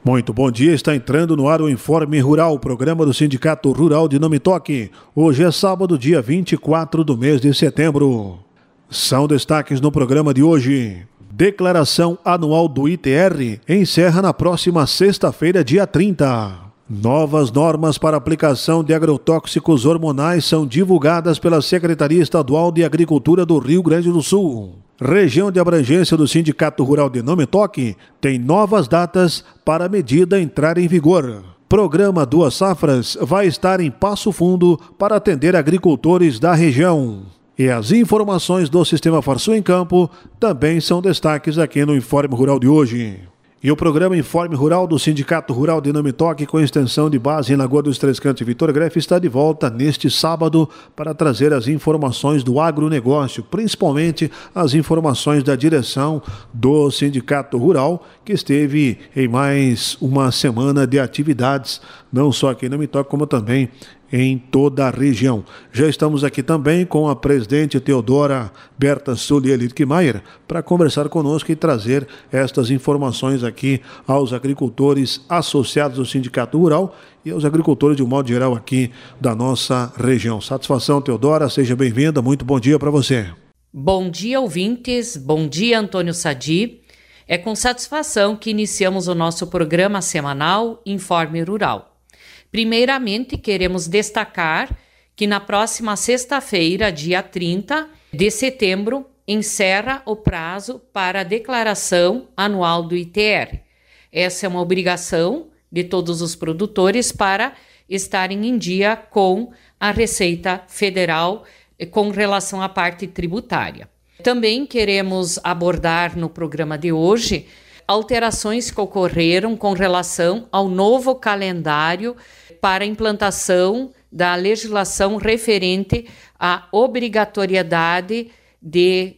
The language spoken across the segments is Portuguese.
Muito bom dia, está entrando no ar o Informe Rural, programa do Sindicato Rural de Nome Toque. Hoje é sábado, dia 24 do mês de setembro. São destaques no programa de hoje. Declaração anual do ITR encerra na próxima sexta-feira, dia 30. Novas normas para aplicação de agrotóxicos hormonais são divulgadas pela Secretaria Estadual de Agricultura do Rio Grande do Sul. Região de abrangência do Sindicato Rural de Nome Toque tem novas datas para a medida entrar em vigor. Programa Duas Safras vai estar em Passo Fundo para atender agricultores da região. E as informações do Sistema Farsul em Campo também são destaques aqui no Informe Rural de hoje. E o programa Informe Rural do Sindicato Rural de Nome Toque, com extensão de base em Lagoa dos Três Cantos e Vitor Grefe, está de volta neste sábado para trazer as informações do agronegócio, principalmente as informações da direção do Sindicato Rural, que esteve em mais uma semana de atividades, não só aqui em Nome Toque, como também em toda a região. Já estamos aqui também com a presidente Teodora Berta Solier Littkemeyer para conversar conosco e trazer estas informações aqui aos agricultores associados ao Sindicato Rural e aos agricultores de um modo geral aqui da nossa região. Satisfação, Teodora, seja bem-vinda, muito bom dia para você. Bom dia, ouvintes, bom dia, Antônio Sadi. É com satisfação que iniciamos o nosso programa semanal Informe Rural. Primeiramente, queremos destacar que na próxima sexta-feira, dia 30 de setembro, encerra o prazo para a declaração anual do ITR. Essa é uma obrigação de todos os produtores para estarem em dia com a Receita Federal com relação à parte tributária. Também queremos abordar no programa de hoje alterações que ocorreram com relação ao novo calendário para a implantação da legislação referente à obrigatoriedade de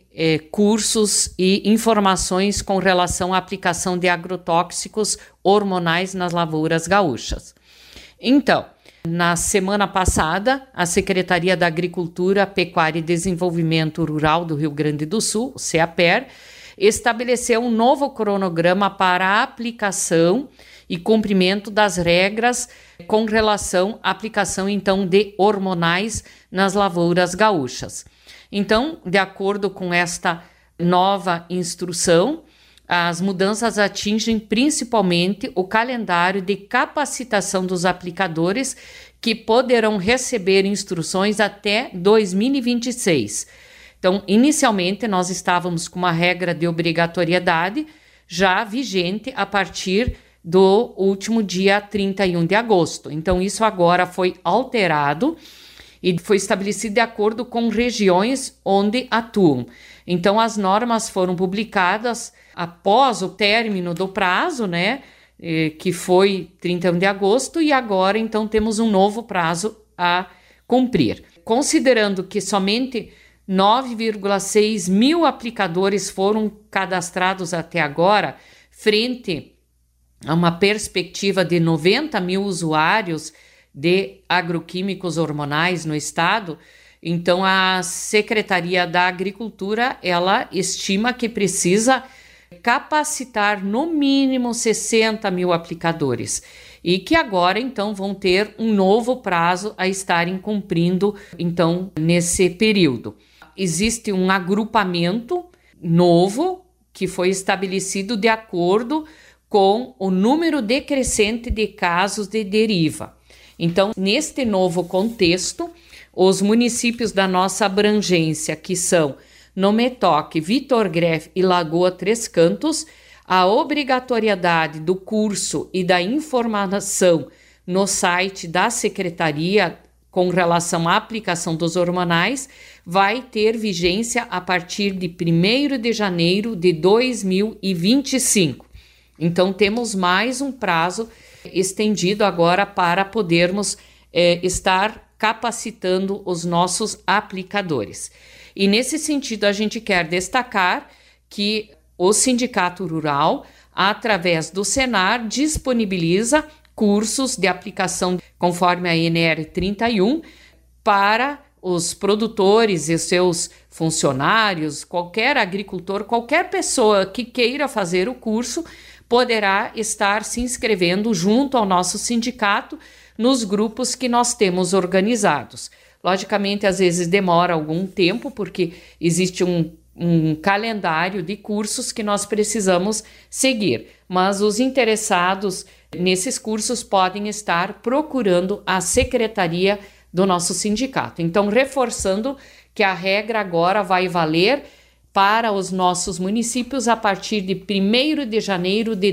cursos e informações com relação à aplicação de agrotóxicos hormonais nas lavouras gaúchas. Então, na semana passada, a Secretaria da Agricultura, Pecuária e Desenvolvimento Rural do Rio Grande do Sul, o CEAPER, estabeleceu um novo cronograma para a aplicação e cumprimento das regras com relação à aplicação, então, de hormonais nas lavouras gaúchas. Então, de acordo com esta nova instrução, as mudanças atingem principalmente o calendário de capacitação dos aplicadores que poderão receber instruções até 2026. Então, inicialmente, nós estávamos com uma regra de obrigatoriedade já vigente a partir do último dia 31 de agosto. Então, isso agora foi alterado e foi estabelecido de acordo com regiões onde atuam. Então, as normas foram publicadas após o término do prazo, né, que foi 31 de agosto, e agora, então, temos um novo prazo a cumprir. Considerando que somente 9,6 mil aplicadores foram cadastrados até agora, frente a uma perspectiva de 90 mil usuários de agroquímicos hormonais no estado. Então, a Secretaria da Agricultura, ela estima que precisa capacitar no mínimo 60 mil aplicadores e que agora, então, vão ter um novo prazo a estarem cumprindo, então, nesse período. Existe um agrupamento novo que foi estabelecido de acordo com o número decrescente de casos de deriva. Então, neste novo contexto, os municípios da nossa abrangência, que são Nome Toque, Vitor Grefe e Lagoa Três Cantos, a obrigatoriedade do curso e da informação no site da Secretaria com relação à aplicação dos hormonais vai ter vigência a partir de 1º de janeiro de 2025. Então, temos mais um prazo estendido agora para podermos estar capacitando os nossos aplicadores. E nesse sentido, a gente quer destacar que o Sindicato Rural, através do Senar, disponibiliza cursos de aplicação conforme a NR 31 para os produtores e seus funcionários, qualquer agricultor, qualquer pessoa que queira fazer o curso, poderá estar se inscrevendo junto ao nosso sindicato nos grupos que nós temos organizados. Logicamente, às vezes demora algum tempo, porque existe um calendário de cursos que nós precisamos seguir, mas os interessados nesses cursos podem estar procurando a secretaria do nosso sindicato. Então, reforçando que a regra agora vai valer para os nossos municípios a partir de 1º de janeiro de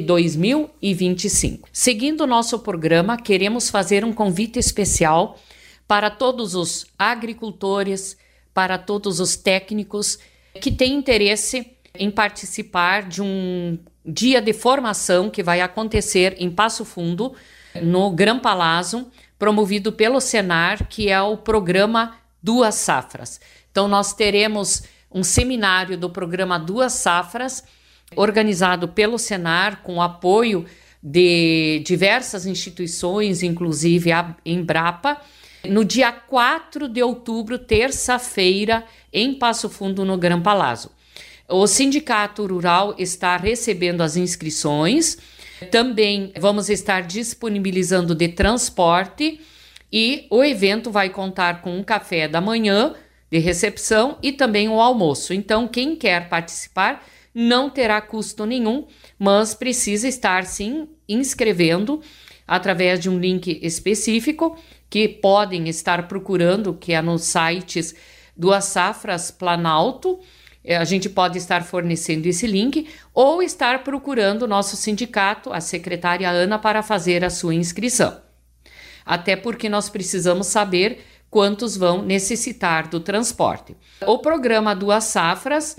2025. Seguindo o nosso programa, queremos fazer um convite especial para todos os agricultores, para todos os técnicos que têm interesse em participar de um dia de formação que vai acontecer em Passo Fundo, no Gran Palazzo, promovido pelo Senar, que é o programa Duas Safras. Então, nós teremos um seminário do programa Duas Safras, organizado pelo Senar, com apoio de diversas instituições, inclusive a Embrapa, no dia 4 de outubro, terça-feira, em Passo Fundo, no Gran Palazzo. O Sindicato Rural está recebendo as inscrições, também vamos estar disponibilizando de transporte e o evento vai contar com um café da manhã de recepção e também o almoço. Então, quem quer participar não terá custo nenhum, mas precisa estar sim inscrevendo através de um link específico que podem estar procurando, que é nos sites Duas Safras Planalto. A gente pode estar fornecendo esse link ou estar procurando o nosso sindicato, a secretária Ana, para fazer a sua inscrição. Até porque nós precisamos saber quantos vão necessitar do transporte. O programa Duas Safras,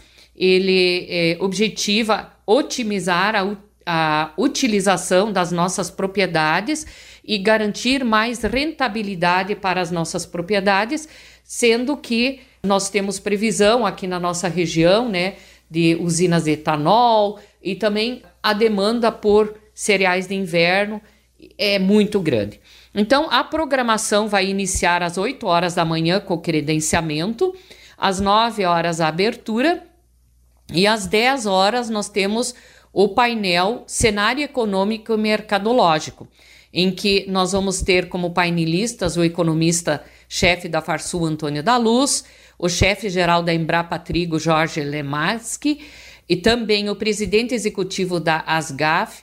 ele objetiva otimizar a utilização das nossas propriedades e garantir mais rentabilidade para as nossas propriedades, sendo que nós temos previsão aqui na nossa região, né, de usinas de etanol e também a demanda por cereais de inverno é muito grande. Então, a programação vai iniciar às 8 horas da manhã com o credenciamento, às 9 horas a abertura e às 10 horas nós temos o painel Cenário Econômico e Mercadológico, em que nós vamos ter como painelistas o economista-chefe da Farsul, Antônio da Luz, o chefe-geral da Embrapa Trigo, Jorge Lemarski, e também o presidente executivo da Asgaf,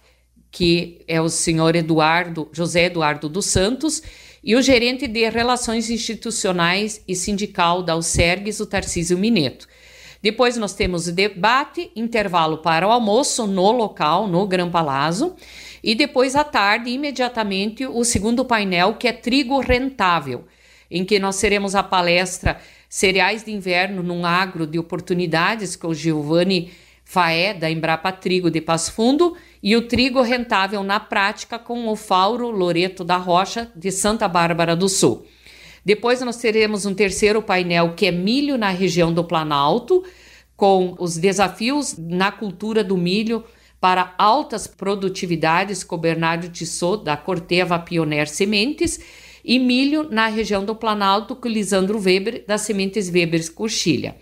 que é o senhor José Eduardo dos Santos, e o gerente de Relações Institucionais e Sindical da Alcergues, o Tarcísio Mineto. Depois nós temos o debate, intervalo para o almoço no local, no Gran Palazzo, e depois à tarde, imediatamente, o segundo painel, que é Trigo Rentável, em que nós teremos a palestra Cereais de Inverno num Agro de Oportunidades, com o Giovanni Faé, da Embrapa Trigo de Passo Fundo, e o Trigo Rentável na Prática, com o Fauro Loreto da Rocha, de Santa Bárbara do Sul. Depois nós teremos um terceiro painel, que é Milho na região do Planalto, com os desafios na cultura do milho para altas produtividades, com Bernardo Tissot, da Corteva Pioneer Sementes, e milho na região do Planalto, com Lisandro Weber, das Sementes Weber Coxilha.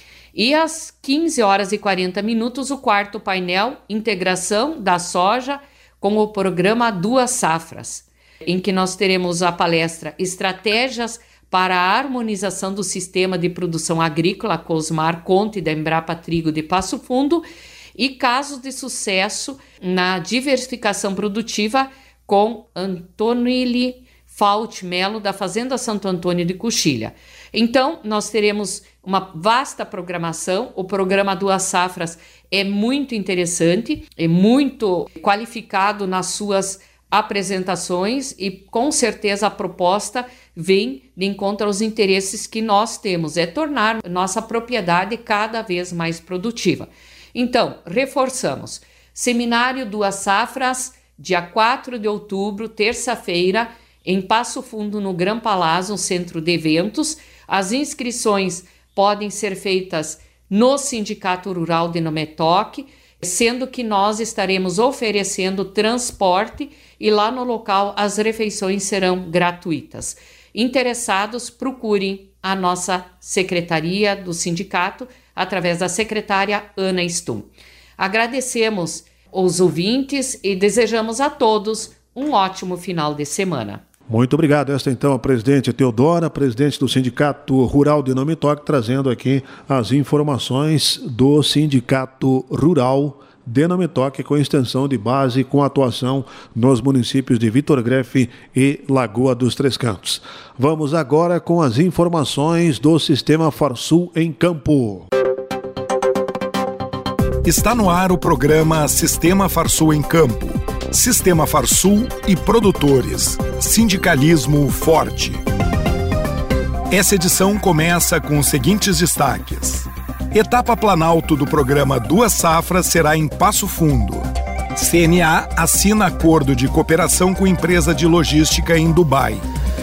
E às 15 horas e 40 minutos, o quarto painel, Integração da Soja com o programa Duas Safras, em que nós teremos a palestra Estratégias para a Harmonização do Sistema de Produção Agrícola, com Osmar Conte, da Embrapa Trigo de Passo Fundo, e casos de sucesso na diversificação produtiva com Antonili Fault Melo, da Fazenda Santo Antônio de Coxilha. Então, nós teremos uma vasta programação. O programa Duas Safras é muito interessante, é muito qualificado nas suas apresentações e, com certeza, a proposta vem de encontro aos interesses que nós temos, é tornar nossa propriedade cada vez mais produtiva. Então, reforçamos, Seminário Duas Safras, dia 4 de outubro, terça-feira, em Passo Fundo, no Gran Palazzo, centro de eventos. As inscrições podem ser feitas no Sindicato Rural de Nometoc, sendo que nós estaremos oferecendo transporte e lá no local as refeições serão gratuitas. Interessados, procurem a nossa secretaria do sindicato através da secretária Ana Stum. Agradecemos os ouvintes e desejamos a todos um ótimo final de semana. Muito obrigado. Esta então a presidente Teodora, presidente do Sindicato Rural de Não Me Toque, trazendo aqui as informações do Sindicato Rural de Não Me Toque, com extensão de base, com atuação nos municípios de Vitor Grefe e Lagoa dos Três Cantos. Vamos agora com as informações do Sistema Farsul em Campo. Está no ar o programa Sistema Farsul em Campo. Sistema Farsul e produtores. Sindicalismo forte. Essa edição começa com os seguintes destaques. Etapa Planalto do programa Duas Safras será em Passo Fundo. CNA assina acordo de cooperação com empresa de logística em Dubai.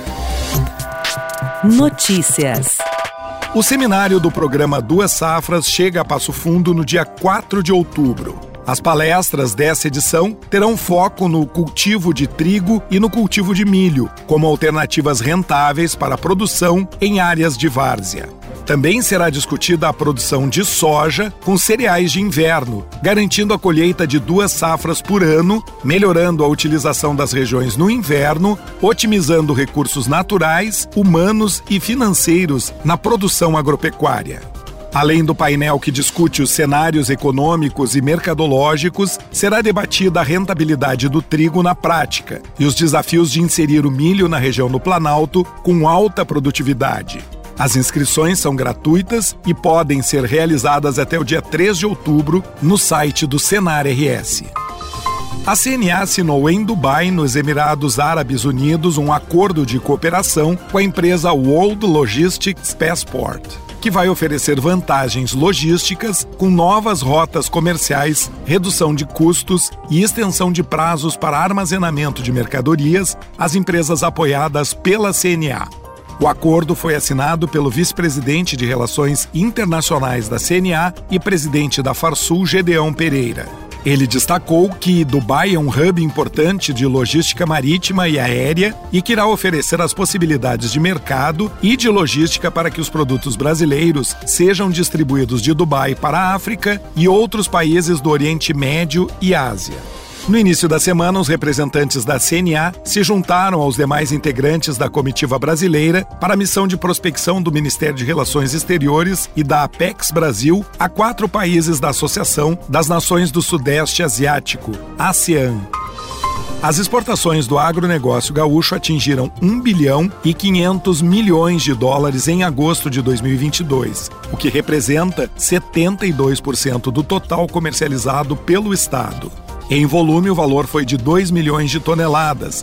Notícias. O seminário do programa Duas Safras chega a Passo Fundo no dia 4 de outubro. As palestras dessa edição terão foco no cultivo de trigo e no cultivo de milho, como alternativas rentáveis para a produção em áreas de várzea. Também será discutida a produção de soja com cereais de inverno, garantindo a colheita de 2 safras por ano, melhorando a utilização das regiões no inverno, otimizando recursos naturais, humanos e financeiros na produção agropecuária. Além do painel que discute os cenários econômicos e mercadológicos, será debatida a rentabilidade do trigo na prática e os desafios de inserir o milho na região do Planalto com alta produtividade. As inscrições são gratuitas e podem ser realizadas até o dia 3 de outubro no site do Senar RS. A CNA assinou em Dubai, nos Emirados Árabes Unidos, um acordo de cooperação com a empresa World Logistics Passport, que vai oferecer vantagens logísticas com novas rotas comerciais, redução de custos e extensão de prazos para armazenamento de mercadorias às empresas apoiadas pela CNA. O acordo foi assinado pelo vice-presidente de Relações Internacionais da CNA e presidente da Farsul, Gedeão Pereira. Ele destacou que Dubai é um hub importante de logística marítima e aérea e que irá oferecer as possibilidades de mercado e de logística para que os produtos brasileiros sejam distribuídos de Dubai para a África e outros países do Oriente Médio e Ásia. No início da semana, os representantes da CNA se juntaram aos demais integrantes da comitiva brasileira para a missão de prospecção do Ministério de Relações Exteriores e da Apex Brasil a 4 países da Associação das Nações do Sudeste Asiático, ASEAN. As exportações do agronegócio gaúcho atingiram 1 bilhão e 500 milhões de dólares em agosto de 2022, o que representa 72% do total comercializado pelo Estado. Em volume, o valor foi de 2 milhões de toneladas,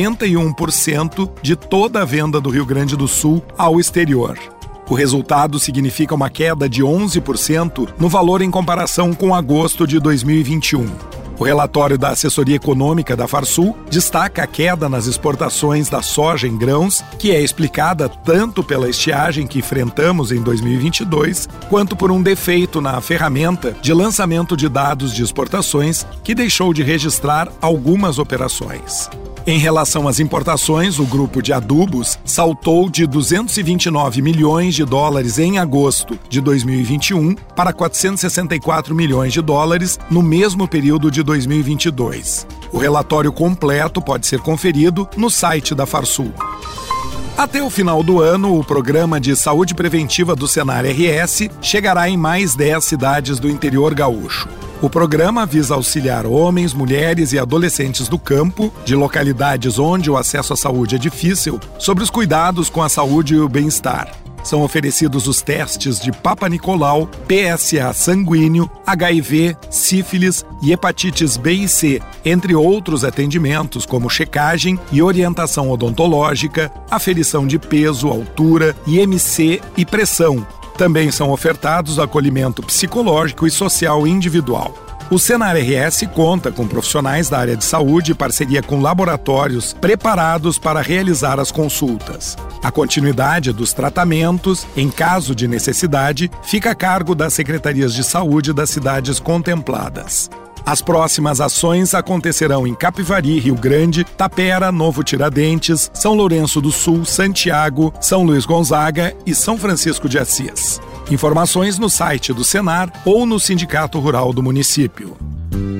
91% de toda a venda do Rio Grande do Sul ao exterior. O resultado significa uma queda de 11% no valor em comparação com agosto de 2021. O relatório da Assessoria Econômica da Farsul destaca a queda nas exportações da soja em grãos, que é explicada tanto pela estiagem que enfrentamos em 2022, quanto por um defeito na ferramenta de lançamento de dados de exportações, que deixou de registrar algumas operações. Em relação às importações, o grupo de adubos saltou de 229 milhões de dólares em agosto de 2021 para 464 milhões de dólares no mesmo período de 2022. O relatório completo pode ser conferido no site da Farsul. Até o final do ano, o Programa de Saúde Preventiva do Senar RS chegará em mais 10 cidades do interior gaúcho. O programa visa auxiliar homens, mulheres e adolescentes do campo, de localidades onde o acesso à saúde é difícil, sobre os cuidados com a saúde e o bem-estar. São oferecidos os testes de Papa Nicolau, PSA sanguíneo, HIV, sífilis e hepatites B e C, entre outros atendimentos como checagem e orientação odontológica, aferição de peso, altura, IMC e pressão. Também são ofertados acolhimento psicológico e social individual. O Senar RS conta com profissionais da área de saúde e parceria com laboratórios preparados para realizar as consultas. A continuidade dos tratamentos, em caso de necessidade, fica a cargo das secretarias de saúde das cidades contempladas. As próximas ações acontecerão em Capivari, Rio Grande, Tapera, Novo Tiradentes, São Lourenço do Sul, Santiago, São Luís Gonzaga e São Francisco de Assis. Informações no site do Senar ou no Sindicato Rural do município.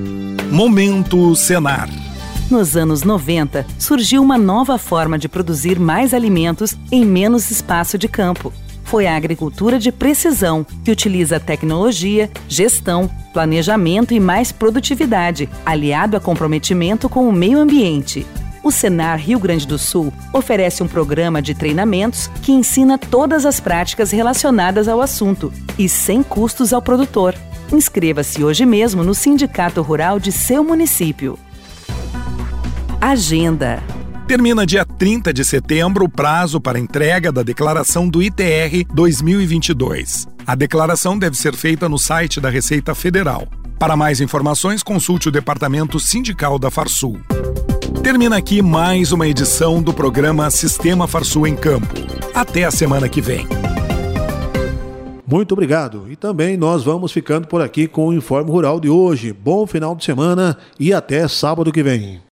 Momento Senar. Nos anos 90, surgiu uma nova forma de produzir mais alimentos em menos espaço de campo. Foi a agricultura de precisão, que utiliza tecnologia, gestão, planejamento e mais produtividade, aliado a comprometimento com o meio ambiente. O Senar Rio Grande do Sul oferece um programa de treinamentos que ensina todas as práticas relacionadas ao assunto e sem custos ao produtor. Inscreva-se hoje mesmo no Sindicato Rural de seu município. Agenda. Termina dia 30 de setembro o prazo para entrega da declaração do ITR 2022. A declaração deve ser feita no site da Receita Federal. Para mais informações, consulte o Departamento Sindical da Farsul. Termina aqui mais uma edição do programa Sistema Farsul em Campo. Até a semana que vem. Muito obrigado. E também nós vamos ficando por aqui com o Informe Rural de hoje. Bom final de semana e até sábado que vem.